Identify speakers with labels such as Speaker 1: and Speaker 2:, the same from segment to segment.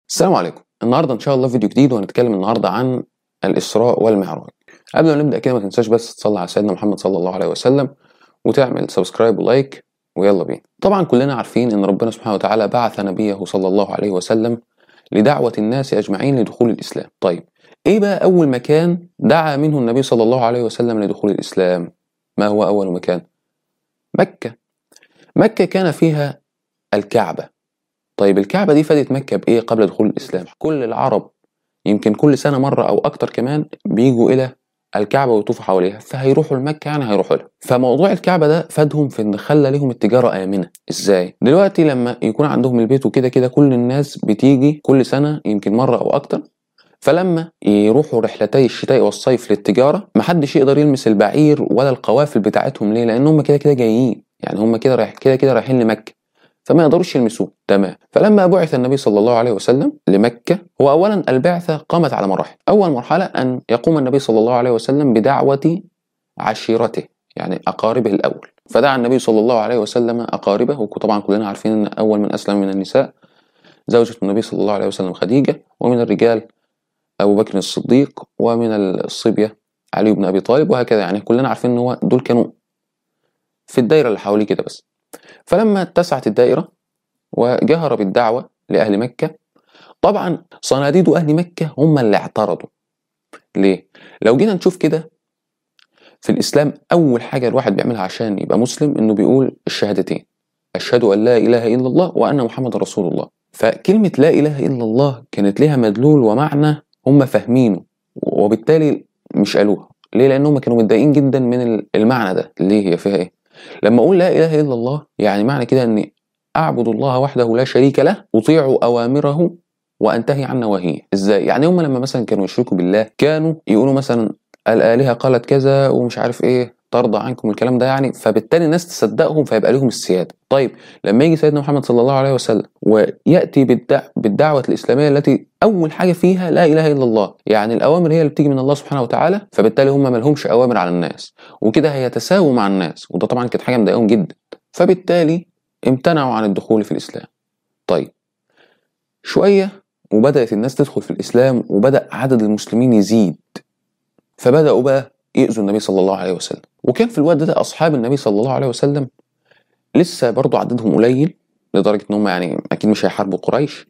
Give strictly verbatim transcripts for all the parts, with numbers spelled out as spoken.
Speaker 1: السلام عليكم. النهارده ان شاء الله فيديو جديد، وهنتكلم النهارده عن الاسراء والمعراج. قبل ما نبدا كده ما تنساش بس تصلي على سيدنا محمد صلى الله عليه وسلم وتعمل سبسكرايب ولايك، ويلا بينا. طبعا كلنا عارفين ان ربنا سبحانه وتعالى بعث نبيه صلى الله عليه وسلم لدعوه الناس اجمعين لدخول الاسلام. طيب ايه بقى اول مكان دعا منه النبي صلى الله عليه وسلم لدخول الاسلام؟ ما هو اول مكان؟ مكه. مكه كان فيها الكعبه. طيب الكعبة دي فادت مكة بإيه قبل دخول الإسلام؟ كل العرب يمكن كل سنة مرة أو أكتر كمان بيجوا إلى الكعبة ويطوفوا حواليها، فهيروحوا لمكة يعني هيروحوا لها. فموضوع الكعبة ده فادهم في إن خلى لهم التجارة آمنة. إزاي؟ دلوقتي لما يكون عندهم البيت وكده كده كل الناس بتيجي كل سنة يمكن مرة أو أكتر، فلما يروحوا رحلتي الشتاء والصيف للتجارة محدش يقدر يلمس البعير ولا القوافل بتاعتهم. ليه؟ لأن هم كده كده جايين، يعني هم كده رايح كده كده رايحين لمكة، فما يقدروش يلمسوه. تمام. فلما بعث النبي صلى الله عليه وسلم لمكة، هو أولا البعثة قامت على مراحل. أول مرحلة أن يقوم النبي صلى الله عليه وسلم بدعوة عشيرته، يعني أقاربه الأول. فدعا النبي صلى الله عليه وسلم أقاربه، وطبعا كلنا عارفين أن أول من أسلم من النساء زوجة النبي صلى الله عليه وسلم خديجة، ومن الرجال أبو بكر الصديق، ومن الصبية علي بن أبي طالب، وهكذا. يعني كلنا عارفين أن هو دول كانوا في الدائرة اللي حواليه كده بس. فلما اتسعت الدائرة وجهر بالدعوة لأهل مكة، طبعا صناديد أهل مكة هم اللي اعترضوا. ليه؟ لو جينا نشوف كده في الإسلام، أول حاجة الواحد بيعملها عشان يبقى مسلم إنه بيقول الشهادتين: أشهد أن لا إله إلا الله وأن محمد رسول الله. فكلمة لا إله إلا الله كانت لها مدلول ومعنى هم فاهمينه، وبالتالي مش قالوها. ليه؟ لأنهم كانوا متضايقين جدا من المعنى ده. ليه؟ هي فيها إيه؟ لما أقول لا إله إلا الله يعني معنى كده أني أعبد الله وحده لا شريك له، أطيع أوامره وأنتهي عن نواهيه. إزاي؟ يعني هم لما مثلا كانوا يشركوا بالله كانوا يقولوا مثلا الآلهة قالت كذا ومش عارف إيه، ترضى عنكم الكلام ده يعني، فبالتالي الناس تصدقهم فيبقى لهم السيادة. طيب لما يجي سيدنا محمد صلى الله عليه وسلم ويأتي بالدع... بالدعوة الإسلامية التي أول حاجة فيها لا إله إلا الله، يعني الأوامر هي اللي بتيجي من الله سبحانه وتعالى، فبالتالي هم ملهمش أوامر على الناس، وكده هيتساووا مع الناس، وده طبعا كانت حاجة مضايقهم جدا، فبالتالي امتنعوا عن الدخول في الإسلام. طيب شوية وبدأت الناس تدخل في الإسلام، وبدأ عدد المسلمين يزيد، فبدأوا بقى يؤذوا النبي صلى الله عليه وسلم. وكان في الوقت ده أصحاب النبي صلى الله عليه وسلم لسه برضو عددهم قليل، لدرجة إن هم يعني أكيد مش هيحاربوا قريش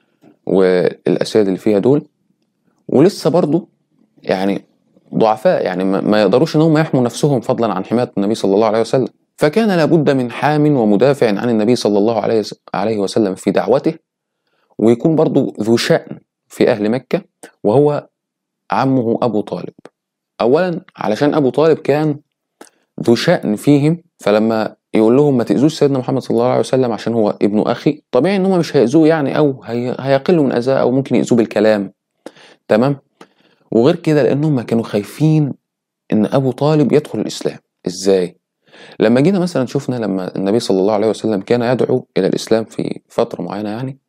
Speaker 1: والأسياد اللي فيها دول، ولسه برضو يعني ضعفاء، يعني ما يقدروش إن هم يحموا نفسهم فضلا عن حماية النبي صلى الله عليه وسلم. فكان لابد من حام ومدافع عن النبي صلى الله عليه وسلم في دعوته، ويكون برضو ذو شأن في أهل مكة، وهو عمه أبو طالب. أولا علشان أبو طالب كان ذو شأن فيهم، فلما يقول لهم ما تأذوش سيدنا محمد صلى الله عليه وسلم عشان هو ابن أخي، طبيعي إن هم مش هيأذوه يعني، أو هي... هيقلوا من أذاه، أو ممكن يأذوه بالكلام. تمام. وغير كده لأنهم كانوا خايفين إن أبو طالب يدخل الإسلام. إزاي؟ لما جينا مثلا شفنا لما النبي صلى الله عليه وسلم كان يدعو إلى الإسلام في فترة معينة يعني،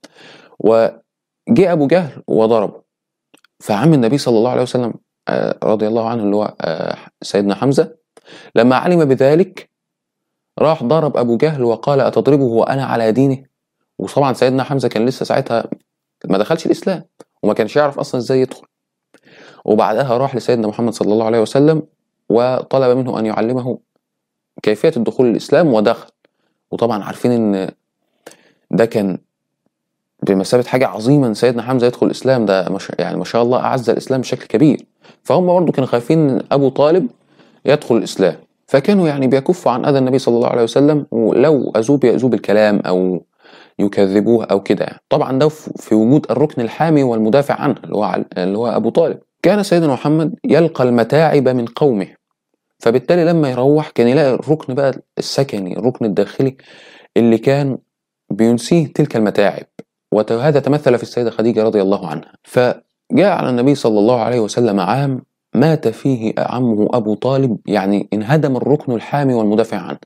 Speaker 1: وجاء أبو جهل وضربه، فعم النبي صلى الله عليه وسلم رضي الله عنه اللي هو سيدنا حمزة لما علم بذلك راح ضرب أبو جهل وقال أتضربه وأنا على دينه. وطبعا سيدنا حمزة كان لسه ساعتها ما دخلش الإسلام، وما كانش يعرف أصلا إزاي يدخل. وبعدها راح لسيدنا محمد صلى الله عليه وسلم وطلب منه أن يعلمه كيفية الدخول للإسلام، ودخل. وطبعا عارفين إن ده كان بمثابة حاجة عظيمة إن سيدنا حمزة يدخل الإسلام، ده مش يعني ما شاء الله أعز الإسلام بشكل كبير. فهم برضو كانوا خايفين إن أبو طالب يدخل الإسلام، فكانوا يعني بيكفوا عن أذى النبي صلى الله عليه وسلم، ولو أذوه بيأذوه بالكلام أو يكذبوه أو كده يعني. طبعا ده في وجود الركن الحامي والمدافع عنه اللي هو اللي هو أبو طالب. كان سيدنا محمد يلقى المتاعب من قومه، فبالتالي لما يروح كان يلاقي الركن بقى السكني، الركن الداخلي اللي كان بينسيه تلك المتاعب، وهذا تمثل في السيدة خديجة رضي الله عنها. فجاء على النبي صلى الله عليه وسلم عام مات فيه عمه أبو طالب، يعني انهدم الركن الحامي والمدافع عنه،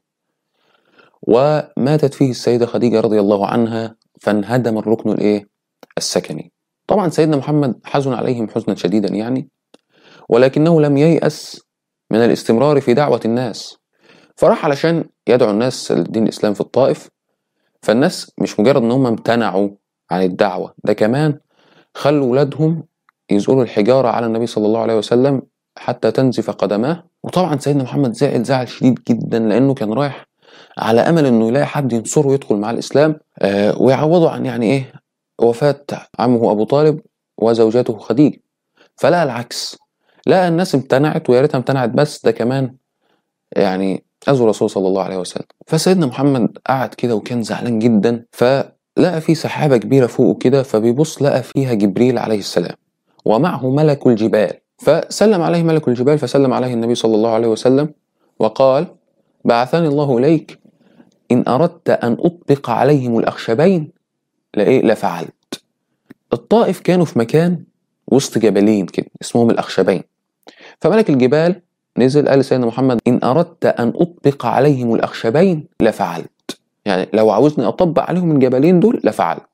Speaker 1: وماتت فيه السيدة خديجة رضي الله عنها فانهدم الركن الايه السكني. طبعا سيدنا محمد حزن عليهم حزنا شديدا يعني، ولكنه لم ييأس من الاستمرار في دعوة الناس، فراح علشان يدعو الناس لدين الإسلام في الطائف. فالناس مش مجرد ان هم امتنعوا عن الدعوة، ده كمان خلوا ولادهم يزقلوا الحجارة على النبي صلى الله عليه وسلم حتى تنزف قدماه. وطبعا سيدنا محمد زعل زعل شديد جدا، لأنه كان رايح على أمل أنه يلاقي حد ينصره ويدخل مع الإسلام آه ويعوضه عن يعني إيه وفاة عمه أبو طالب وزوجته خديجة. فلقى العكس، لقى الناس امتنعت، ويا ريتها امتنعت بس ده كمان يعني أذوا الرسول صلى الله عليه وسلم. فسيدنا محمد قعد كده وكان زعلان جدا، فلقى في سحابة كبيرة فوقه كده، فبيبص لقى فيها جبريل عليه السلام ومعه ملك الجبال. فسلم عليه ملك الجبال، فسلم عليه النبي صلى الله عليه وسلم وقال: بعثني الله إليك، إن أردت أن أطبق عليهم الأخشبين لإيه لفعلت. الطائف كانوا في مكان وسط جبلين كده اسمهم الأخشبين، فملك الجبال نزل قال لسيدنا محمد: إن أردت أن أطبق عليهم الأخشبين لفعلت، يعني لو عاوزني أطبق عليهم الجبلين دول لفعلت.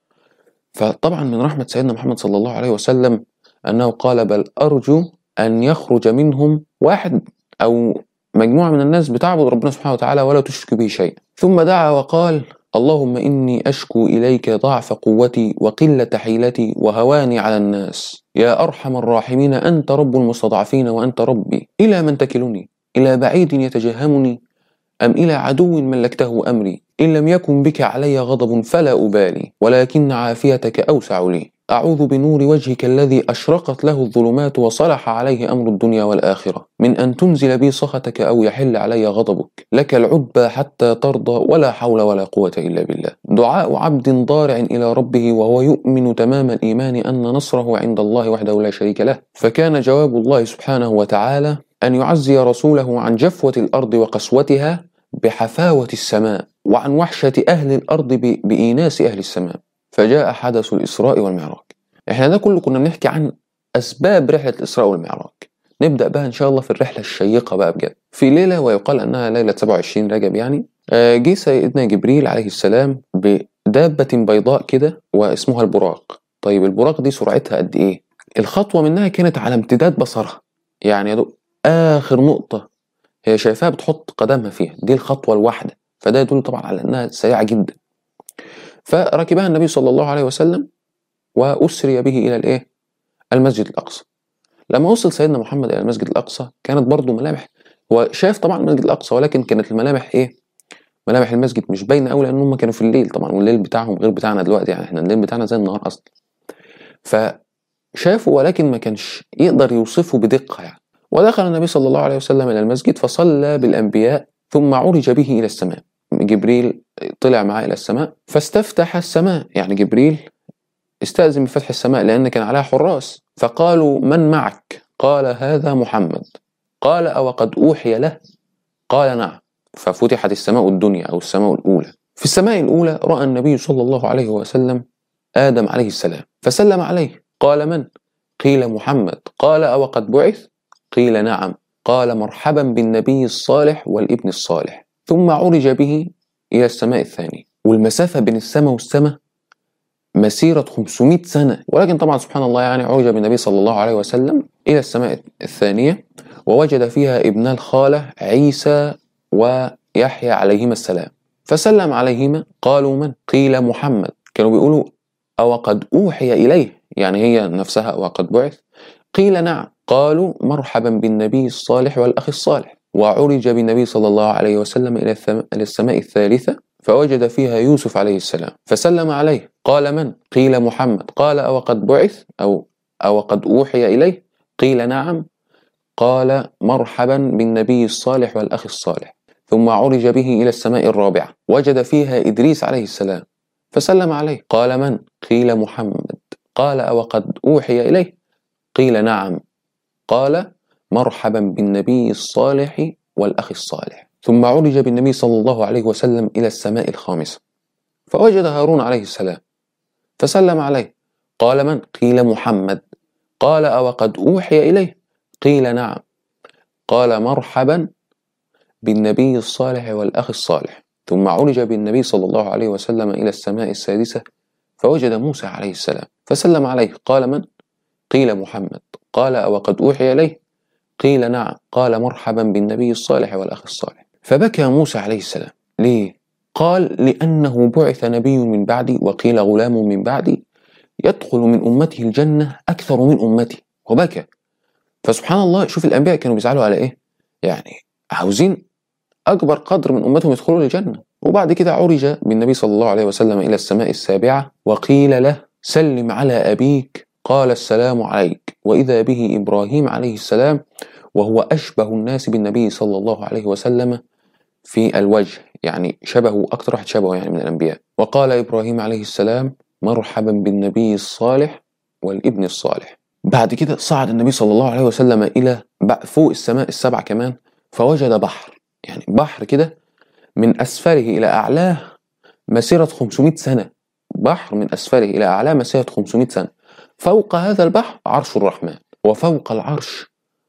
Speaker 1: فطبعا من رحمة سيدنا محمد صلى الله عليه وسلم أنه قال: بل أرجو أن يخرج منهم واحد أو مجموعة من الناس بتعبد ربنا سبحانه وتعالى ولا تشرك به شيئا. ثم دعا وقال: اللهم إني أشكو إليك ضعف قوتي وقلة حيلتي وهواني على الناس، يا أرحم الراحمين، أنت رب المستضعفين وأنت ربي، إلى من تكلني؟ إلى بعيد يتجهمني أم إلى عدو ملكته أمري؟ إن لم يكن بك علي غضب فلا أبالي، ولكن عافيتك أوسع لي. أعوذ بنور وجهك الذي أشرقت له الظلمات وصلح عليه أمر الدنيا والآخرة من أن تنزل بي سخطك أو يحل علي غضبك. لك العتبى حتى ترضى، ولا حول ولا قوة إلا بالله. دعاء عبد ضارع إلى ربه وهو يؤمن تمام الإيمان أن نصره عند الله وحده لا شريك له. فكان جواب الله سبحانه وتعالى أن يعزي رسوله عن جفوة الأرض وقسوتها بحفاوة السماء، وعن وحشة أهل الأرض بإيناس أهل السماء. فجاء حدث الإسراء والمعراج. احنا ده كله كنا بنحكي عن أسباب رحلة الإسراء والمعراج. نبدأ بقى إن شاء الله في الرحلة الشيقة بقى بجد. في ليلة ويقال أنها ليلة سبعة وعشرين رجب يعني جه سيدنا جبريل عليه السلام بدابة بيضاء كده واسمها البراق. طيب البراق دي سرعتها قد إيه؟ الخطوة منها كانت على امتداد بصرها، يعني يا دوب آخر نقطة هي شايفاها بتحط قدمها فيها، دي الخطوة الواحدة. فده يدل طبعا على أنها سريعة جدا. فركبها النبي صلى الله عليه وسلم وأسري به إلى الإيه؟ المسجد الأقصى. لما وصل سيدنا محمد إلى المسجد الأقصى كانت برضو ملامح، هو شاف طبعا المسجد الأقصى، ولكن كانت الملامح إيه؟ ملامح المسجد مش باينة أوي، لأن هم كانوا في الليل طبعا، والليل بتاعهم غير بتاعنا دلوقتي، يعني إحنا الليل بتاعنا زي النهار أصلا. فشافوا ولكن ما كانش يقدر يوصفه بدقة يعني. ودخل النبي صلى الله عليه وسلم إلى المسجد فصلى بالأنبياء، ثم عرج به إلى السماء. جبريل طلع معاه إلى السماء فاستفتح السماء، يعني جبريل استأذن بفتح السماء لأن كان عليها حراس. فقالوا: من معك؟ قال: هذا محمد. قال: أو قد أوحي له؟ قال: نعم. ففتحت السماء الدنيا أو السماء الأولى. في السماء الأولى رأى النبي صلى الله عليه وسلم آدم عليه السلام فسلم عليه. قال: من؟ قيل: محمد. قال: أو قد بعث؟ قيل: نعم. قال: مرحبا بالنبي الصالح والابن الصالح. ثم عرج به إلى السماء الثانية، والمسافة بين السماء والسماء مسيرة خمسمائة سنة، ولكن طبعا سبحان الله يعني عرج بالنبي صلى الله عليه وسلم إلى السماء الثانية، ووجد فيها ابن الخالة عيسى ويحيى عليهما السلام، فسلم عليهما. قالوا: من؟ قيل: محمد. كانوا بيقولوا: أو قد أوحي إليه، يعني هي نفسها أو قد بعث؟ قيل: نعم. قالوا: مرحبا بالنبي الصالح والأخ الصالح. وعرج بالنبي صلى الله عليه وسلم إلى السماء الثالثة فوجد فيها يوسف عليه السلام فسلم عليه. قال: من؟ قيل: محمد. قال: أو قد بعث أو أو قد أوحي إليه؟ قيل: نعم. قال: مرحبا بالنبي الصالح والأخ الصالح. ثم عرج به إلى السماء الرابعة وجد فيها إدريس عليه السلام فسلم عليه. قال: من؟ قيل: محمد. قال: أو قد أوحي إليه؟ قيل: نعم. قال: مرحبا بالنبي الصالح والأخ الصالح. ثم عرج بالنبي صلى الله عليه وسلم إلى السماء الخامسة فوجد هارون عليه السلام فسلم عليه. قال: من؟ قيل: محمد. قال: أو قد أوحي إليه؟ قيل: نعم. قال: مرحبا بالنبي الصالح والأخ الصالح. ثم عرج بالنبي صلى الله عليه وسلم إلى السماء السادسة فوجد موسى عليه السلام فسلم عليه. قال: من؟ قيل: محمد. قال: أو قد أوحي إليه؟ قيل: نعم. قال: مرحبا بالنبي الصالح والأخ الصالح. فبكى موسى عليه السلام. ليه؟ قال: لأنه بعث نبي من بعدي وقيل غلام من بعدي، يدخل من أمته الجنة أكثر من أمتي، وبكى. فسبحان الله، شوف الأنبياء كانوا بيزعلوا على إيه؟ يعني عاوزين أكبر قدر من أمتهم يدخلوا الجنة. وبعد كده عرج بالنبي صلى الله عليه وسلم إلى السماء السابعة، وقيل له سلم على أبيك، قال السلام عليك، وإذا به إبراهيم عليه السلام، وهو أشبه الناس بالنبي صلى الله عليه وسلم في الوجه، يعني شبهه أكثر واحد شبهه يعني من الأنبياء. وقال إبراهيم عليه السلام مرحبا بالنبي الصالح والابن الصالح. بعد كده صعد النبي صلى الله عليه وسلم إلى فوق السماء السبع كمان، فوجد بحر، يعني بحر كده من أسفله إلى أعلاه مسيرة خمسمائة سنة، بحر من أسفله إلى أعلاه مسيرة خمسمائة سنة. فوق هذا البحر عرش الرحمن، وفوق العرش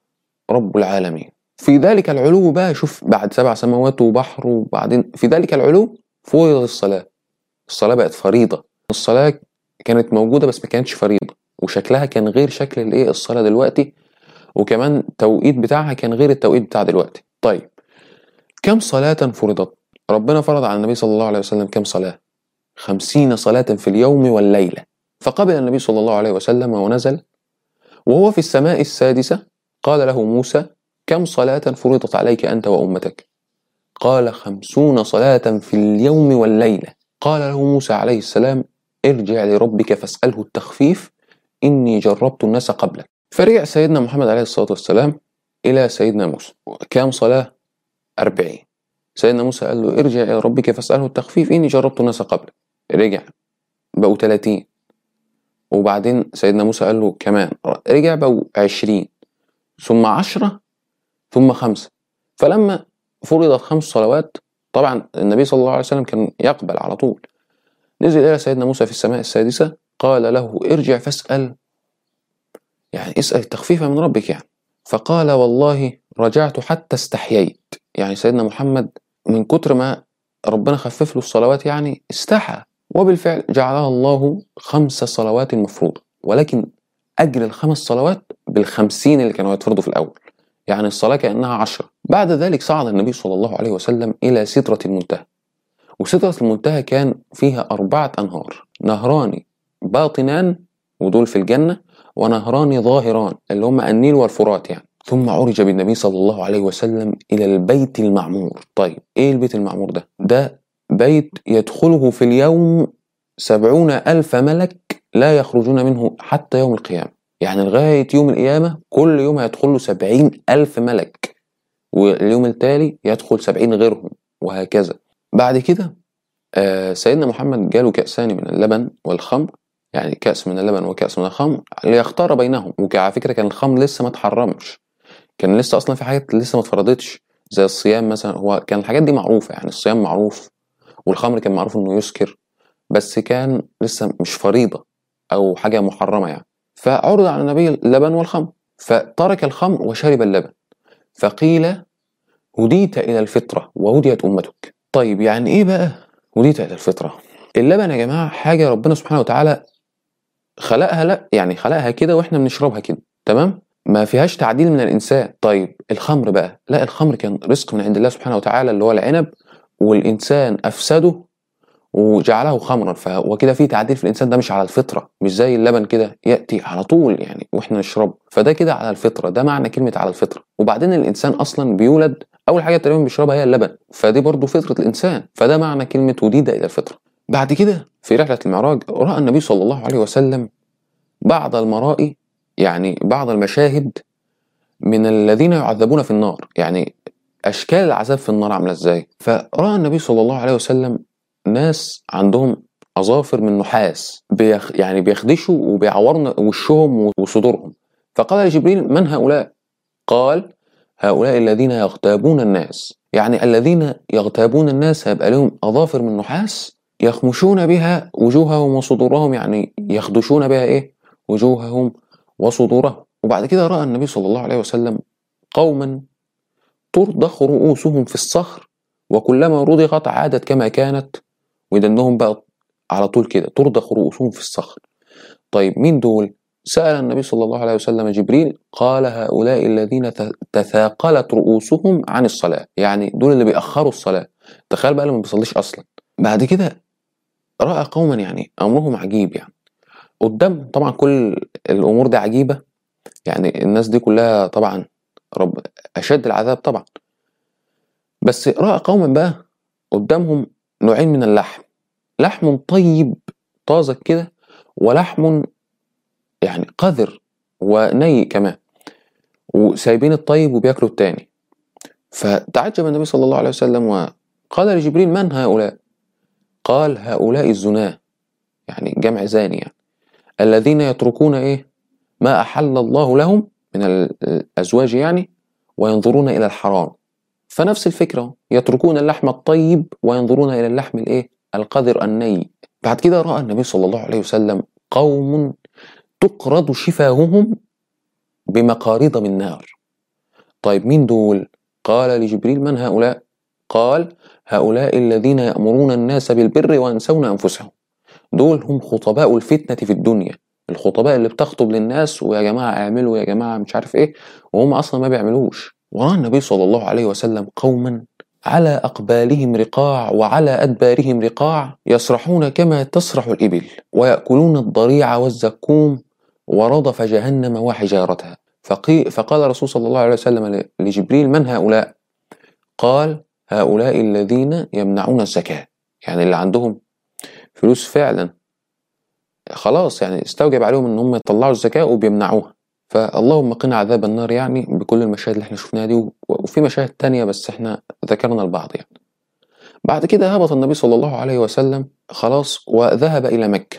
Speaker 1: رب العالمين. في ذلك العلو بقى، شوف بعد سبع سماوات وبحر، وبعدين في ذلك العلو فرضت الصلاة. الصلاة بقت فريضة. الصلاة كانت موجودة بس ما كانتش فريضة، وشكلها كان غير شكل الايه الصلاة دلوقتي، وكمان التوقيت بتاعها كان غير التوقيت بتاع دلوقتي. طيب كم صلاة فرضت؟ ربنا فرض على النبي صلى الله عليه وسلم كم صلاة؟ خمسين صلاة في اليوم والليلة. فقبل النبي صلى الله عليه وسلم ونزل، وهو في السماء السادسة قال له موسى كم صلاة فرضت عليك أنت وأمتك؟ قال خمسون صلاة في اليوم والليلة. قال له موسى عليه السلام ارجع لربك فاسأله التخفيف إني جربت الناس قبلك. فرجع سيدنا محمد عليه الصلاة والسلام إلى سيدنا موسى، كم صلاة؟ أربعين. سيدنا موسى قال له ارجع إلى ربك فاسأله التخفيف إني جربت الناس قبلك. رجع بقوا ثلاثين. وبعدين سيدنا موسى قال له كمان، رجع بقوا عشرين، ثم عشرة، ثم خمسة. فلما فرضت خمس صلوات، طبعا النبي صلى الله عليه وسلم كان يقبل على طول، نزل إلى سيدنا موسى في السماء السادسة قال له ارجع فاسأل، يعني اسأل التخفيف من ربك يعني. فقال والله رجعت حتى استحييت، يعني سيدنا محمد من كتر ما ربنا خفف له الصلوات يعني استحى. وبالفعل جعلها الله خمس صلوات مفروضة، ولكن أجر الخمس صلوات بالخمسين اللي كانوا يتفرضوا في الأول، يعني الصلاة كأنها عشرة. بعد ذلك صعد النبي صلى الله عليه وسلم إلى سدرة المنتهى، وسدرة المنتهى كان فيها أربعة أنهار، نهران باطنان ودول في الجنة، ونهران ظاهران اللي هم النيل والفرات يعني. ثم عرج بالنبي صلى الله عليه وسلم إلى البيت المعمور. طيب إيه البيت المعمور ده؟ ده بيت يدخله في اليوم سبعون ألف ملك لا يخرجون منه حتى يوم القيامة، يعني لغاية يوم القيامة كل يوم هيدخله سبعين ألف ملك، واليوم التالي يدخل سبعين غيرهم، وهكذا. بعد كده آه سيدنا محمد جاله كأسان من اللبن والخمر، يعني كأس من اللبن وكأس من الخمر ليختار بينهم. وعلى فكرة كان الخمر لسه ما اتحرمش، كان لسه أصلا في حاجات لسه ما اتفرضتش زي الصيام مثلا. هو كان الحاجات دي معروفة، يعني الصيام معروف والخمر كان معروف إنه يسكر، بس كان لسه مش فريضة أو حاجة محرمة يعني. فعرض على النبي اللبن والخمر، فترك الخمر وشرب اللبن، فقيل هديت إلى الفطرة وهديت أمتك. طيب يعني إيه بقى هديت إلى الفطرة؟ اللبن يا جماعة حاجة ربنا سبحانه وتعالى خلقها، لا يعني خلقها كده وإحنا بنشربها كده، تمام؟ ما فيهاش تعديل من الإنسان. طيب الخمر بقى، لا الخمر كان رزق من عند الله سبحانه وتعالى اللي هو العنب، والإنسان أفسده وجعله خمرا، فهو كده في تعديل في الإنسان، ده مش على الفطرة، مش زي اللبن كده يأتي على طول يعني وإحنا نشربه، فده كده على الفطرة، ده معنى كلمة على الفطرة. وبعدين الإنسان أصلا بيولد أول حاجة تقريبا بيشربها هي اللبن، فدي برضو فطرة الإنسان، فده معنى كلمة وديد إلى الفطرة. بعد كده في رحلة المعراج رأى النبي صلى الله عليه وسلم بعض المرائي، يعني بعض المشاهد من الذين يعذبون في النار، يعني أشكال العذاب في النار عاملة إزاي. فرأى النبي صلى الله عليه وسلم ناس عندهم أظافر من نحاس، بيخ يعني بيخدشوا وبيعورن وشهم وصدورهم. فقال لجبريل من هؤلاء؟ قال هؤلاء الذين يغتابون الناس، يعني الذين يغتابون الناس هيبقى لهم أظافر من نحاس يخمشون بها وجوههم وصدورهم، يعني يخدشون بها إيه؟ وجوههم وصدورهم. وبعد كده رأى النبي صلى الله عليه وسلم قوما ترضخ رؤوسهم في الصخر، وكلما رضغت عادت كما كانت، ودنهم بقى على طول كده ترضخ رؤوسهم في الصخر. طيب مين دول؟ سأل النبي صلى الله عليه وسلم جبريل، قال هؤلاء الذين تثاقلت رؤوسهم عن الصلاة، يعني دول اللي بيأخروا الصلاة. تخيل بقى اللي ما بيصليش أصلا. بعد كده رأى قوما يعني أمرهم عجيب، يعني قدام طبعا كل الامور دي عجيبة، يعني الناس دي كلها طبعا رب اشد العذاب طبعا. بس رأى قوما بقى قدامهم نوعين من اللحم، لحم طيب طازج كده، ولحم يعني قذر وني كمان، وسايبين الطيب وبياكلوا التاني. فتعجب النبي صلى الله عليه وسلم وقال لجبريل: من هؤلاء؟ قال: هؤلاء الزناة، يعني جمع زاني، يعني الذين يتركون ايه ما أحل الله لهم من الأزواج يعني، وينظرون إلى الحرام. فنفس الفكرة، يتركون اللحم الطيب وينظرون إلى اللحم الايه القذر الني. بعد كده رأى النبي صلى الله عليه وسلم قوم تقرض شفاههم بمقاريض من نار. طيب مين دول؟ قال لجبريل: من هؤلاء؟ قال: هؤلاء الذين يأمرون الناس بالبر وينسون أنفسهم. دول هم خطباء الفتنة في الدنيا، الخطباء اللي بتخطب للناس ويا جماعة اعملوا يا جماعة مش عارف ايه، وهم أصلا ما بيعملوش. ورأى النبي صلى الله عليه وسلم قوما على أقبالهم رقاع وعلى أدبارهم رقاع، يسرحون كما تسرح الإبل، ويأكلون الضريع والزكوم ورضف جهنم وحجارتها. فقال الرسول صلى الله عليه وسلم لجبريل: من هؤلاء؟ قال: هؤلاء الذين يمنعون الزكاة، يعني اللي عندهم فلوس فعلا خلاص يعني استوجب عليهم ان هم يطلعوا الزكاة وبيمنعوها. فاللهم قنا عذاب النار، يعني بكل المشاهد اللي احنا شفناها دي، وفي مشاهد تانية بس احنا ذكرنا البعض يعني. بعد كده هبط النبي صلى الله عليه وسلم خلاص وذهب إلى مكة.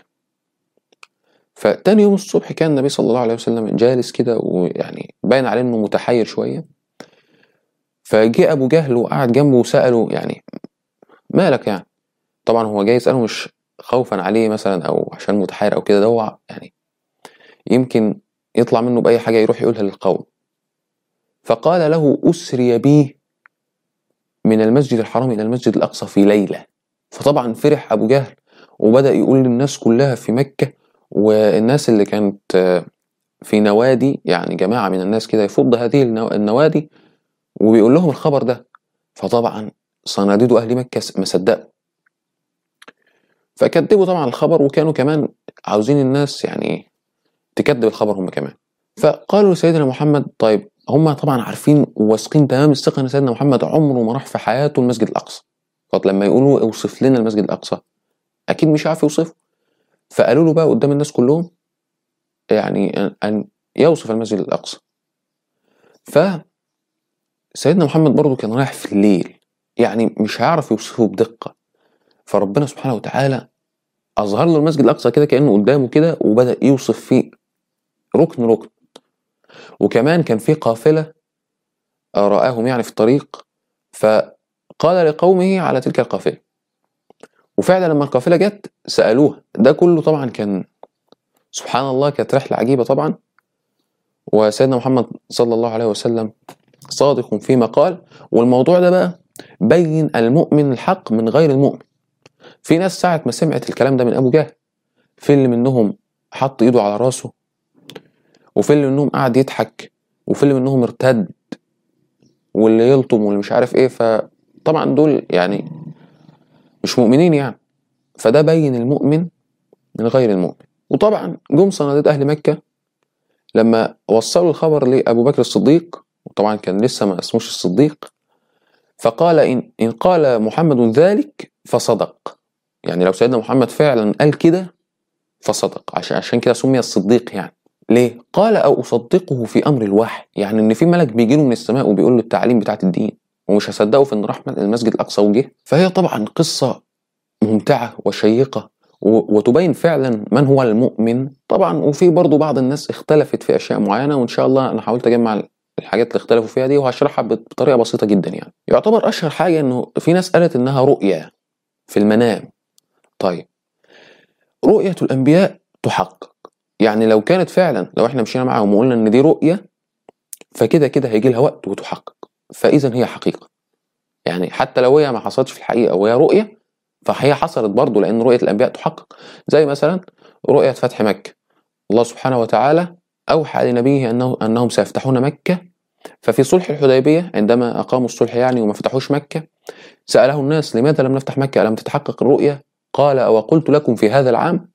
Speaker 1: فتاني يوم الصبح كان النبي صلى الله عليه وسلم جالس كده، ويعني باين عليه انه متحير شوية. فجاء أبو جهل وقعد جنبه وسأله: يعني مالك يعني؟ طبعا هو جاي يسأله مش خوفا عليه مثلا أو عشان متحير أو كده، ده هو يعني يمكن يطلع منه بأي حاجة يروح يقولها للقوم. فقال له: أسري بي من المسجد الحرام إلى المسجد الأقصى في ليلة. فطبعا فرح أبو جهل وبدأ يقول للناس كلها في مكة، والناس اللي كانت في نوادي، يعني جماعة من الناس كده يفض هذه النوادي، وبيقول لهم الخبر ده. فطبعا صناديد أهل مكة ما صدقوا، فكذبوا طبعا الخبر، وكانوا كمان عاوزين الناس يعني تكذب الخبر هم كمان. فقالوا لسيدنا محمد: طيب هم طبعا عارفين وواثقين تمام الثقة ان سيدنا محمد عمره ما راح في حياته المسجد الأقصى، قد لما يقولوا اوصف لنا المسجد الأقصى أكيد مش عارف يوصفه. فقالوا له بقى قدام الناس كلهم يعني أن يوصف المسجد الأقصى. فسيدنا محمد برضو كان رايح في الليل، يعني مش هيعرف يوصفه بدقة. فربنا سبحانه وتعالى أظهر له المسجد الأقصى كده كأنه قدامه كده، وبدأ يوصف فيه ركن ركن. وكمان كان في قافلة رآهم يعني في الطريق، فقال لقومه على تلك القافلة. وفعلا لما القافلة جت سألوها. ده كله طبعا كان سبحان الله، كانت رحلة عجيبة طبعا. وسيدنا محمد صلى الله عليه وسلم صادق فيما قال. والموضوع ده بقى بين المؤمن الحق من غير المؤمن. في ناس ساعة ما سمعت الكلام ده من أبو جهل، في اللي منهم حط إيده على راسه، وفي اللي منهم قعد يضحك، وفي اللي منهم ارتد، واللي يلطم واللي مش عارف ايه. فطبعا دول يعني مش مؤمنين يعني. فده بين المؤمن من غير المؤمن. وطبعا جم صناديد أهل مكة لما وصلوا الخبر لأبو بكر الصديق، وطبعا كان لسه ما اسموش الصديق، فقال: إن, إن قال محمد ذلك فصدق. يعني لو سيدنا محمد فعلا قال كده فصدق، عشان عشان كده سمي الصديق. يعني ليه؟ قال: أو أصدقه في أمر الوحي، يعني إن في ملك بيجيله من السماء وبيقول له التعليم بتاعت الدين، ومش هصدقه في إن راح المسجد الأقصى وجه. فهي طبعا قصة ممتعة وشيقة، وتبين فعلا من هو المؤمن طبعا. وفي برضو بعض الناس اختلفت في أشياء معينة، وإن شاء الله أنا حاولت أجمع الحاجات اللي اختلفوا فيها دي وهشرحها بطريقة بسيطة جدا. يعني يعتبر أشهر حاجة إنه في ناس قالت إنها رؤية في المنام. طيب رؤية الأنبياء تحقق، يعني لو كانت فعلا، لو احنا مشينا معاهم وقلنا إن دي رؤية، فكده كده هيجي لها وقت وتحقق، فإذا هي حقيقة. يعني حتى لو هي ما حصلتش في الحقيقة وهي رؤية، فهي حصلت برضو، لأن رؤية الأنبياء تحقق. زي مثلا رؤية فتح مكة، الله سبحانه وتعالى أوحى لنبيه أنه أنهم سيفتحون مكة. ففي صلح الحديبية عندما أقاموا الصلح يعني وما فتحوش مكة، سأله الناس: لماذا لم نفتح مكة؟ ألم تتحقق الرؤية؟ قال: أو قلت لكم في هذا العام؟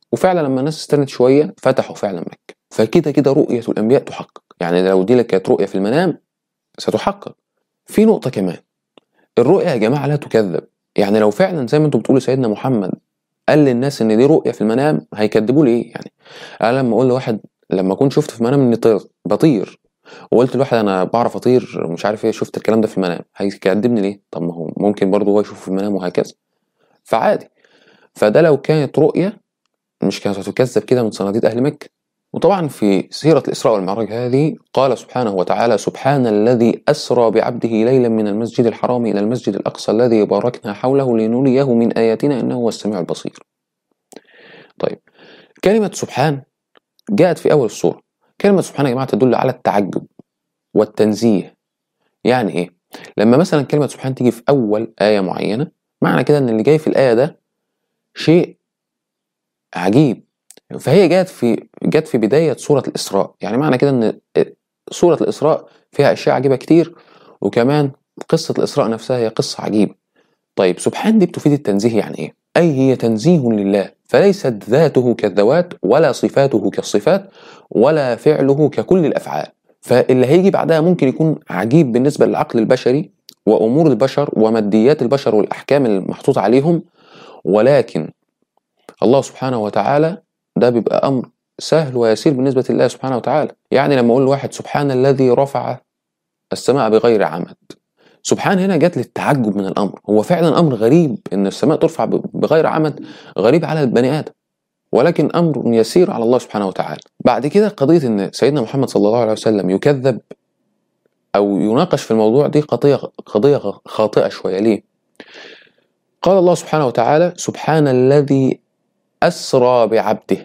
Speaker 1: وفعلا لما الناس استنت شوية فتحوا فعلا مكة. فكده كده رؤية الأنبياء تحقق، يعني لو دي لك كانت رؤية في المنام ستحقق. في نقطة كمان، الرؤية يا جماعة لا تكذب. يعني لو فعلا زي ما انتم بتقولوا سيدنا محمد قال للناس ان دي رؤية في المنام، هيكذبوا لي ايه؟ يعني انا لما اقول لواحد لما اكون شفت في المنام اني طير بطير، وقلت لواحد انا بعرف اطير مش عارف ايه، شفت الكلام ده في المنام، هيكذبني ليه؟ طب ما هو ممكن برضه هو يشوفه في المنام وهكذا، فعادي. فده لو كانت رؤية مش كانت هتكذب كده من صناديد اهل مكة. وطبعا في سيرة الإسراء والمعراج هذه قال سبحانه وتعالى: سبحان الذي أسرى بعبده ليلا من المسجد الحرام إلى المسجد الأقصى الذي باركنا حوله لنريه من آياتنا إنه هو السميع البصير. طيب، كلمة سبحان جاءت في أول السورة. كلمة سبحان يا جماعة تدل على التعجب والتنزيه. يعني إيه؟ لما مثلا كلمة سبحان تيجي في أول آية معينة، معنى كده إن اللي جاي في الآية ده شيء عجيب. فهي جت في جت في بداية سورة الإسراء، يعني معنى كده إن سورة الإسراء فيها أشياء عجيبة كتير، وكمان قصة الإسراء نفسها هي قصة عجيبة. طيب، سبحان دي بتفيد التنزيه، يعني إيه؟ أي هي تنزيه لله، فليست ذاته كالذوات ولا صفاته كالصفات ولا فعله ككل الأفعال. فاللي هيجي بعدها ممكن يكون عجيب بالنسبة للعقل البشري وأمور البشر وماديات البشر والأحكام المحطوطة عليهم، ولكن الله سبحانه وتعالى ده بيبقى أمر سهل ويسير بالنسبة لله سبحانه وتعالى. يعني لما أقول لواحد سبحان الذي رفع السماء بغير عمد، سبحان هنا جت للتعجب من الأمر. هو فعلا أمر غريب إن السماء ترفع بغير عمد، غريب على البني آدم، ولكن أمر يسير على الله سبحانه وتعالى. بعد كده قضية إن سيدنا محمد صلى الله عليه وسلم يكذب أو يناقش في الموضوع دي قضية قضية خاطئة شوية. ليه؟ قال الله سبحانه وتعالى: سبحان الذي أسرى بعبده.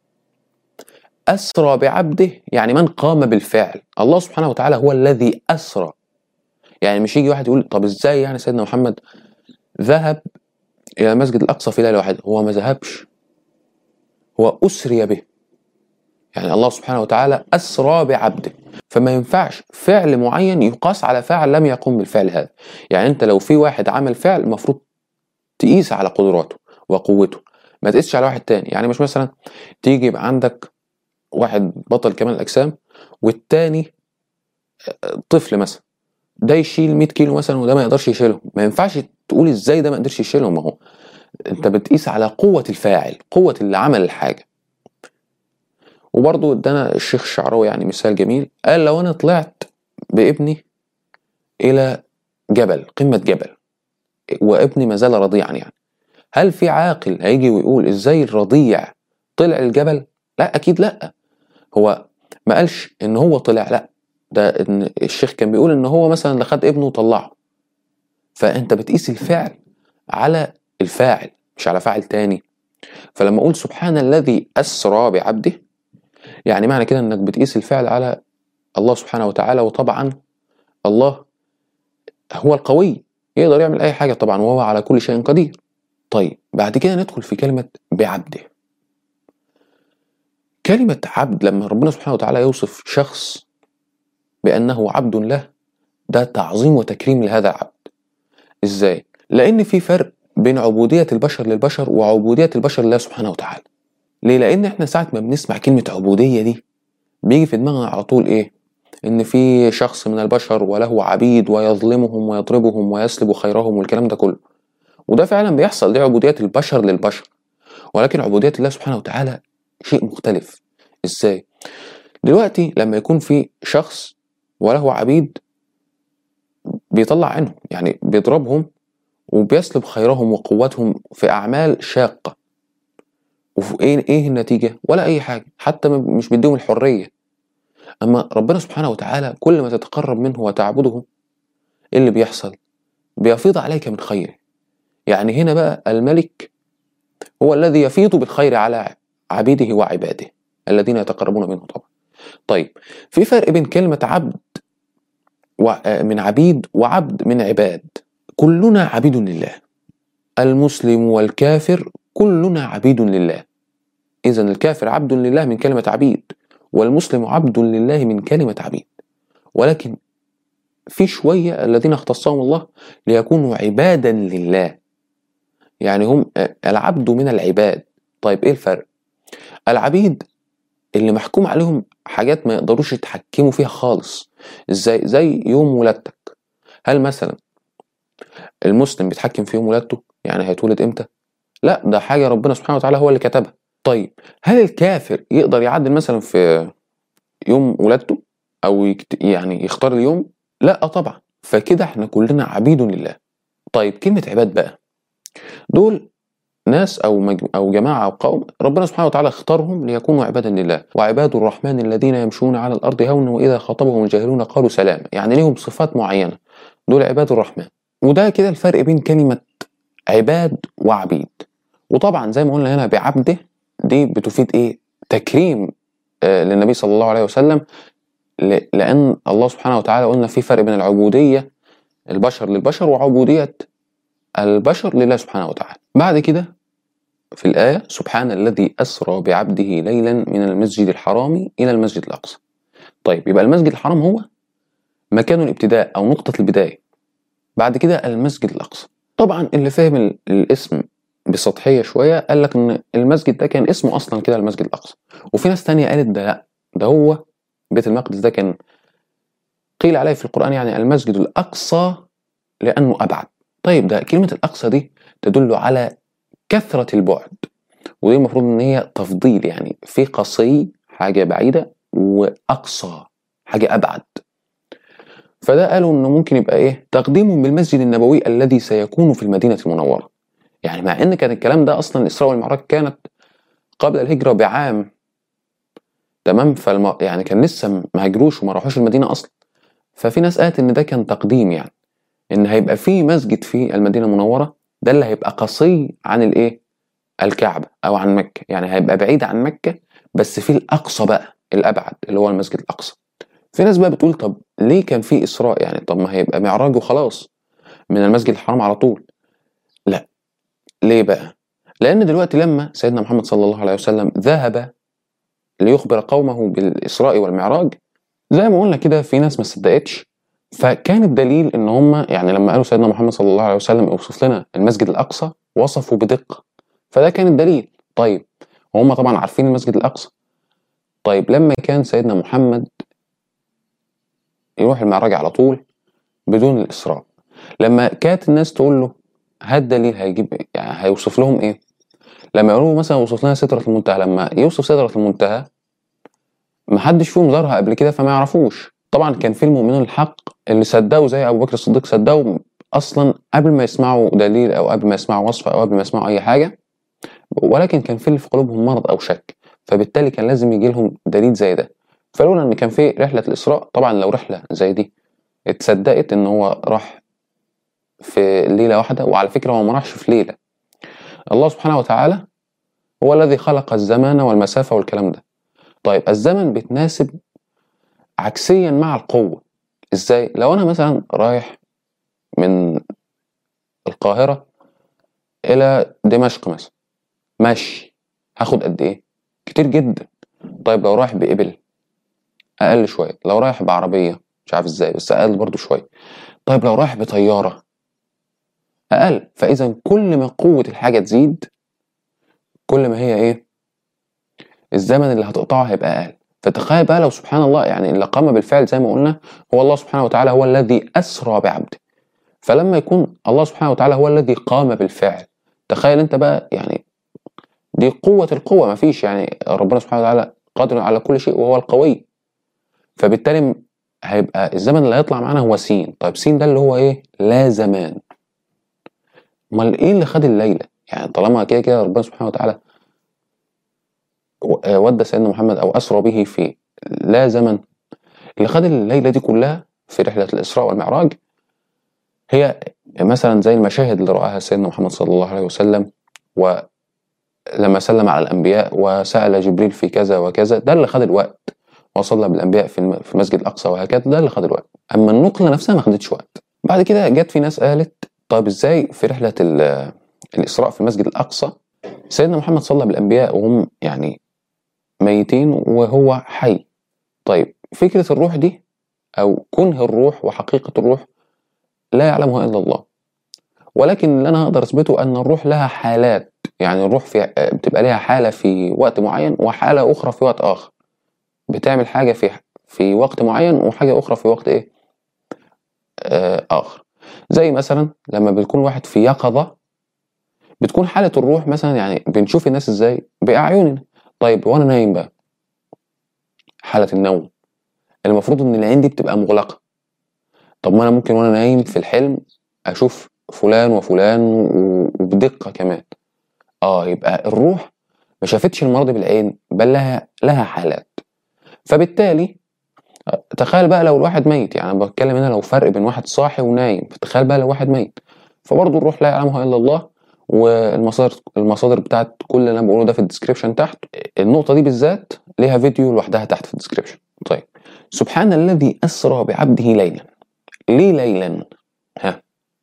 Speaker 1: أسرى بعبده يعني من قام بالفعل. الله سبحانه وتعالى هو الذي أسرى. يعني مش يجي واحد يقول طب إزاي يعني سيدنا محمد ذهب إلى المسجد الأقصى في ليلة واحدة؟ هو ما ذهبش، هو أسري به. يعني الله سبحانه وتعالى أسرى بعبده، فما ينفعش فعل معين يقاس على فاعل لم يقوم بالفعل هذا. يعني أنت لو في واحد عمل فعل المفروض تقيس على قدراته وقوته، ما تقيسش على واحد تاني. يعني مش مثلا تيجي يبقى عندك واحد بطل كمال الأجسام والتاني طفل مثلا، ده يشيل مية كيلو مثلا وده ما يقدرش يشيلهم، ما ينفعش تقول ازاي ده ما قدرش يشيلهم. ما هو انت بتقيس على قوة الفاعل، قوة اللي عمل الحاجة. وبرضو ادانا الشيخ الشعراوي يعني مثال جميل، قال لو انا طلعت بابني الى جبل، قمة جبل، وابني ما زال رضيعا، يعني هل في عاقل هيجي ويقول ازاي الرضيع طلع الجبل؟ لا، اكيد لا. هو ما قالش ان هو طلع، لا، ده ان الشيخ كان بيقول ان هو مثلا اللي خد ابنه وطلعه. فانت بتقيس الفعل على الفاعل مش على فاعل تاني. فلما اقول سبحان الذي اسرى بعبده، يعني معنى كده انك بتقيس الفعل على الله سبحانه وتعالى. وطبعا الله هو القوي يقدر يعمل اي حاجة طبعا، وهو على كل شيء قدير. طيب، بعد كده ندخل في كلمة بعبده. كلمة عبد لما ربنا سبحانه وتعالى يوصف شخص بأنه عبد له، ده تعظيم وتكريم لهذا العبد. ازاي؟ لأن في فرق بين عبودية البشر للبشر وعبودية البشر لله سبحانه وتعالى. ليه؟ لأن احنا ساعة ما بنسمع كلمة عبودية دي بيجي في دماغنا على طول ايه؟ ان في شخص من البشر وله عبيد ويظلمهم ويضربهم ويسلب خيرهم والكلام ده كله، وده فعلا بيحصل، دي عبودية البشر للبشر. ولكن عبودية الله سبحانه وتعالى شيء مختلف. ازاي؟ دلوقتي لما يكون في شخص وله عبيد بيطلع عنهم، يعني بيضربهم وبيسلب خيرهم وقوتهم في أعمال شاقة، وفي إيه, إيه النتيجة؟ ولا أي حاجة، حتى مش بيديهم الحرية. أما ربنا سبحانه وتعالى كل ما تتقرب منه وتعبده، إيه اللي بيحصل؟ بيفيض عليك من خيره. يعني هنا بقى الملك هو الذي يفيض بالخير على عبيده وعباده الذين يتقربون منه طبعا. طيب، في فرق بين كلمة عبد من عبيد وعبد من عباد. كلنا عبيد لله، المسلم والكافر كلنا عبيد لله. إذن الكافر عبد لله من كلمة عبيد، والمسلم عبد لله من كلمة عبيد. ولكن في شوية الذين اختصهم الله ليكونوا عبادا لله، يعني هم العبد من العباد. طيب، إيه الفرق؟ العبيد اللي محكوم عليهم حاجات ما يقدروش يتحكموا فيها خالص. ازاي؟ زي يوم ولادتك. هل مثلا المسلم بيتحكم في يوم ولادته؟ يعني هيتولد امتى؟ لا، ده حاجة ربنا سبحانه وتعالى هو اللي كتبها. طيب هل الكافر يقدر يعدل مثلا في يوم ولادته او يكت... يعني يختار اليوم؟ لا طبعا. فكده احنا كلنا عبيد لله. طيب كلمة عباد بقى، دول ناس او مج... او جماعة او قوم ربنا سبحانه وتعالى اختارهم ليكونوا عبادا لله. وعباد الرحمن الذين يمشون على الارض هونا واذا خاطبهم الجاهلون قالوا سلاما. يعني ليهم صفات معينة، دول عباد الرحمن. وده كده الفرق بين كلمة عباد وعبيد. وطبعا زي ما قلنا هنا بعبده دي بتفيد ايه؟ تكريم آه للنبي صلى الله عليه وسلم، ل... لان الله سبحانه وتعالى قلنا في فرق بين العبودية البشر للبشر وعبودية البشر لله سبحانه وتعالى. بعد كده في الآية سبحان الذي أسرى بعبده ليلا من المسجد الحرام إلى المسجد الأقصى. طيب يبقى المسجد الحرام هو مكان الابتداء أو نقطة البداية، بعد كده المسجد الأقصى. طبعا اللي فاهم الاسم بسطحية شوية قال لك إن المسجد ده كان اسمه أصلا كده المسجد الأقصى، وفي ناس تانية قالت ده لا، ده هو بيت المقدس ده كان قيل عليه في القرآن يعني المسجد الأقصى لأنه أبعد. طيب ده كلمة الأقصى دي تدل على كثرة البعد، ودي المفروض ان هي تفضيل، يعني في قصي حاجة بعيدة واقصى حاجة ابعد. فده قالوا انه ممكن يبقى ايه تقديم بالمسجد النبوي الذي سيكون في المدينة المنورة. يعني مع ان كان الكلام ده اصلا الاسراء والمعراج كانت قبل الهجرة بعام، تمام، فالم... يعني كان لسه ما هاجروش وما راحوش المدينة اصلا. ففي ناس قالت ان ده كان تقديم، يعني ان هيبقى في مسجد في المدينة المنورة، ده اللي هيبقى قصي عن الايه الكعبة أو عن مكة، يعني هيبقى بعيد عن مكة بس في الأقصى بقى الأبعد اللي هو المسجد الأقصى. في ناس بقى بتقول طب ليه كان في إسراء؟ يعني طب ما هيبقى معراج وخلاص من المسجد الحرام على طول. لا، ليه بقى؟ لأن دلوقتي لما سيدنا محمد صلى الله عليه وسلم ذهب ليخبر قومه بالإسراء والمعراج، زي ما قلنا كده في ناس ما صدقتش، فكان الدليل ان هم يعني لما قالوا سيدنا محمد صلى الله عليه وسلم اوصف لنا المسجد الأقصى وصفوا بدقة، فده كان الدليل. طيب وهم طبعا عارفين المسجد الأقصى. طيب لما كان سيدنا محمد يروح المعراج على طول بدون الإسراء، لما كانت الناس تقول له هات دليل، هيجيب يعني هيوصف لهم ايه؟ لما يقولوا مثلا وصف لنا سدرة المنتهى، لما يوصف سدرة المنتهى محدش فيهم زارها قبل كده فما يعرفوش. طبعا كان في المؤمنون الحق اللي صدقوا زي ابو بكر الصديق، صدقوا اصلا قبل ما يسمعوا دليل او قبل ما يسمعوا وصف او قبل ما يسمعوا اي حاجه، ولكن كان في اللي في قلوبهم مرض او شك، فبالتالي كان لازم يجي لهم دليل زي ده. فلولا ان كان في رحله الاسراء، طبعا لو رحله زي دي اتصدقت ان هو راح في ليله واحده، وعلى فكره هو ما راحش في ليله، الله سبحانه وتعالى هو الذي خلق الزمان والمسافه والكلام ده. طيب الزمن بتناسب عكسيا مع القوه. ازاي؟ لو انا مثلا رايح من القاهره الى دمشق مثلا ماشي، هاخد قد ايه؟ كتير جدا. طيب لو رايح بإبل اقل شويه، لو رايح بعربيه مش عارف ازاي بس اقل برضو شويه. طيب لو رايح بطياره اقل. فاذا كل ما قوه الحاجه تزيد كل ما هي ايه الزمن اللي هتقطعه هيبقى اقل. فتخيل بقى لو سبحان الله يعني اللي قام بالفعل زي ما قلنا هو الله سبحانه وتعالى، هو الذي اسرى بعبده. فلما يكون الله سبحانه وتعالى هو الذي قام بالفعل، تخيل انت بقى يعني دي قوة القوة، مفيش يعني ربنا سبحانه وتعالى قادر على كل شيء وهو القوي. فبالتالي هيبقى الزمن اللي هيطلع معانا هو سين. طيب سين ده اللي هو ايه؟ لا زمان. امال ايه اللي خد الليلة؟ يعني طالما كده كده ربنا سبحانه وتعالى ودى سيدنا محمد او اسرى به في لا زمن، اللي خد الليلة دي كلها في رحلة الاسراء والمعراج هي مثلا زي المشاهد اللي رآها سيدنا محمد صلى الله عليه وسلم، ولما سلم على الانبياء وسأل جبريل في كذا وكذا، ده اللي خد الوقت، وصلى بالانبياء في المسجد الاقصى وهكذا، ده اللي خد الوقت. اما النقله نفسها ما خدتش وقت. بعد كده جت في ناس قالت طيب ازاي في رحله الاسراء في المسجد الاقصى سيدنا محمد صلى بالانبياء وهم يعني ميتين وهو حي؟ طيب فكره الروح دي او كنه الروح وحقيقه الروح لا يعلمها الا الله، ولكن اللي انا اقدر اثبته ان الروح لها حالات يعني الروح في بتبقى ليها حالة في وقت معين وحالة أخرى في وقت آخر، بتعمل حاجة في في وقت معين وحاجة أخرى في وقت إيه آه آخر. زي مثلا لما بتكون واحد في يقظة بتكون حالة الروح مثلا، يعني بنشوف الناس إزاي بأعيننا. طيب وأنا نايم بقى، حالة النوم المفروض إن العين دي بتبقى مغلقة. طب ما أنا ممكن وأنا نايم في الحلم أشوف فلان وفلان وبدقة كمان. آه يبقى الروح ما شافتش المرض بالعين، بل لها لها حالات. فبالتالي تخيل بقى لو الواحد ميت، يعني أنا بتكلم هنا لو فرق بين واحد صاحي ونايم، فتخيل بقى لو واحد ميت، فبرضه الروح لا يعلمها إلا الله. والمصادر المصادر بتاعت كل اللي أنا بقوله ده في الديسكريبشن تحت. النقطة دي بالذات ليها فيديو لوحدها تحت في الديسكريبشن. طيب سبحان الذي أسرى بعبده ليلا. ليه ليلا؟ ها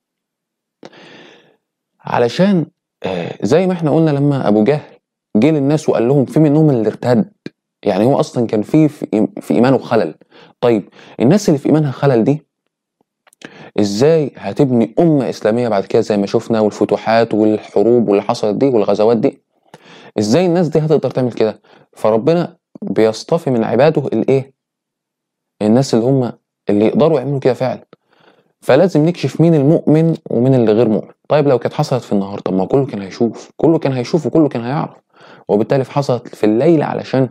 Speaker 1: علشان آه زي ما احنا قلنا لما أبو جهل جه للناس وقال لهم في منهم اللي ارتد، يعني هو اصلا كان في في ايمانه خلل. طيب الناس اللي في ايمانها خلل دي ازاي هتبني امه اسلاميه بعد كده زي ما شفنا، والفتوحات والحروب واللي حصلت دي والغزوات دي، ازاي الناس دي هتقدر تعمل كده؟ فربنا بيصطفي من عباده الايه الناس اللي هم اللي يقدروا يعملوا كده فعلا. فلازم نكشف مين المؤمن ومين اللي غير مؤمن. طيب لو كانت حصلت في النهار، طب ما كله كان هيشوف كله كان هيشوف وكله كان هيعرف، وبالتالي حصلت في الليل علشان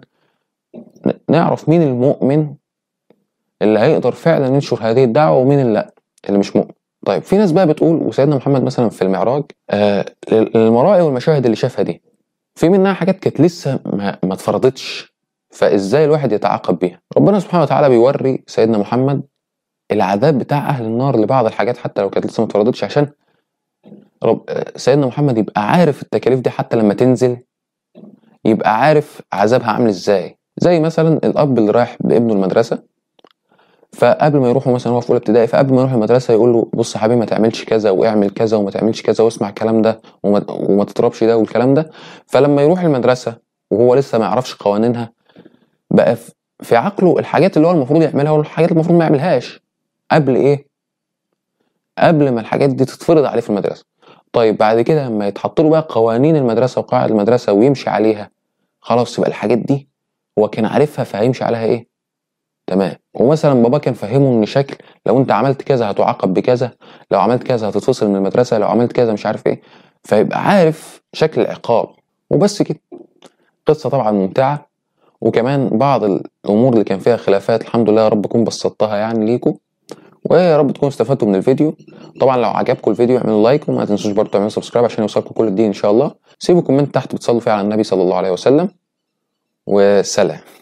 Speaker 1: نعرف مين المؤمن اللي هيقدر فعلا ينشر هذه الدعوة ومين اللي لا اللي مش مؤمن. طيب في ناس بقى بتقول وسيدنا محمد مثلا في المعراج آه المرائي والمشاهد اللي شافها دي في منها حاجات كانت لسه ما, ما اتفرضتش، فازاي الواحد يتعاقب بيها؟ ربنا سبحانه وتعالى بيوري سيدنا محمد العذاب بتاع اهل النار لبعض الحاجات حتى لو كانت لسه ما اتفرضتش، عشان رب سيدنا محمد يبقى عارف التكاليف دي حتى لما تنزل يبقى عارف عذابها عامل ازاي. زي مثلا الاب اللي رايح بابنه المدرسه، فقبل ما يروحوا مثلا هو في اولى ابتدائي، فقبل ما يروح المدرسه يقول له بص يا حبيبي ما تعملش كذا واعمل كذا وما تعملش كذا واسمع الكلام ده وما, وما تضربش ده والكلام ده. فلما يروح المدرسه وهو لسه ما يعرفش قوانينها، بقى في عقله الحاجات اللي هو المفروض يعملها والحاجات اللي المفروض ما يعملهاش قبل ايه قبل ما الحاجات دي تتفرض عليه في المدرسه. طيب بعد كده لما يتحط له بقى قوانين المدرسه وقواعد المدرسه ويمشي عليها، خلاص يبقى الحاجات دي هو كان عارفها فهيمشي عليها ايه تمام. ومثلا بابا كان فهمه ان شكل لو انت عملت كذا هتعاقب بكذا، لو عملت كذا هتتفصل من المدرسه، لو عملت كذا مش عارف ايه، فيبقى عارف شكل العقاب. وبس كده. قصه طبعا ممتعه، وكمان بعض الامور اللي كان فيها خلافات الحمد لله يا رب اكون بسطتها يعني ليكم، ويا رب تكونوا استفدتوا من الفيديو. طبعا لو عجبكم الفيديو اعملوا لايك وما تنسوش برضه تعملوا سبسكرايب عشان يوصلكم كل جديد ان شاء الله. سيبوا كومنت تحت بتصلوا فيه على النبي صلى الله عليه وسلم، وسلام.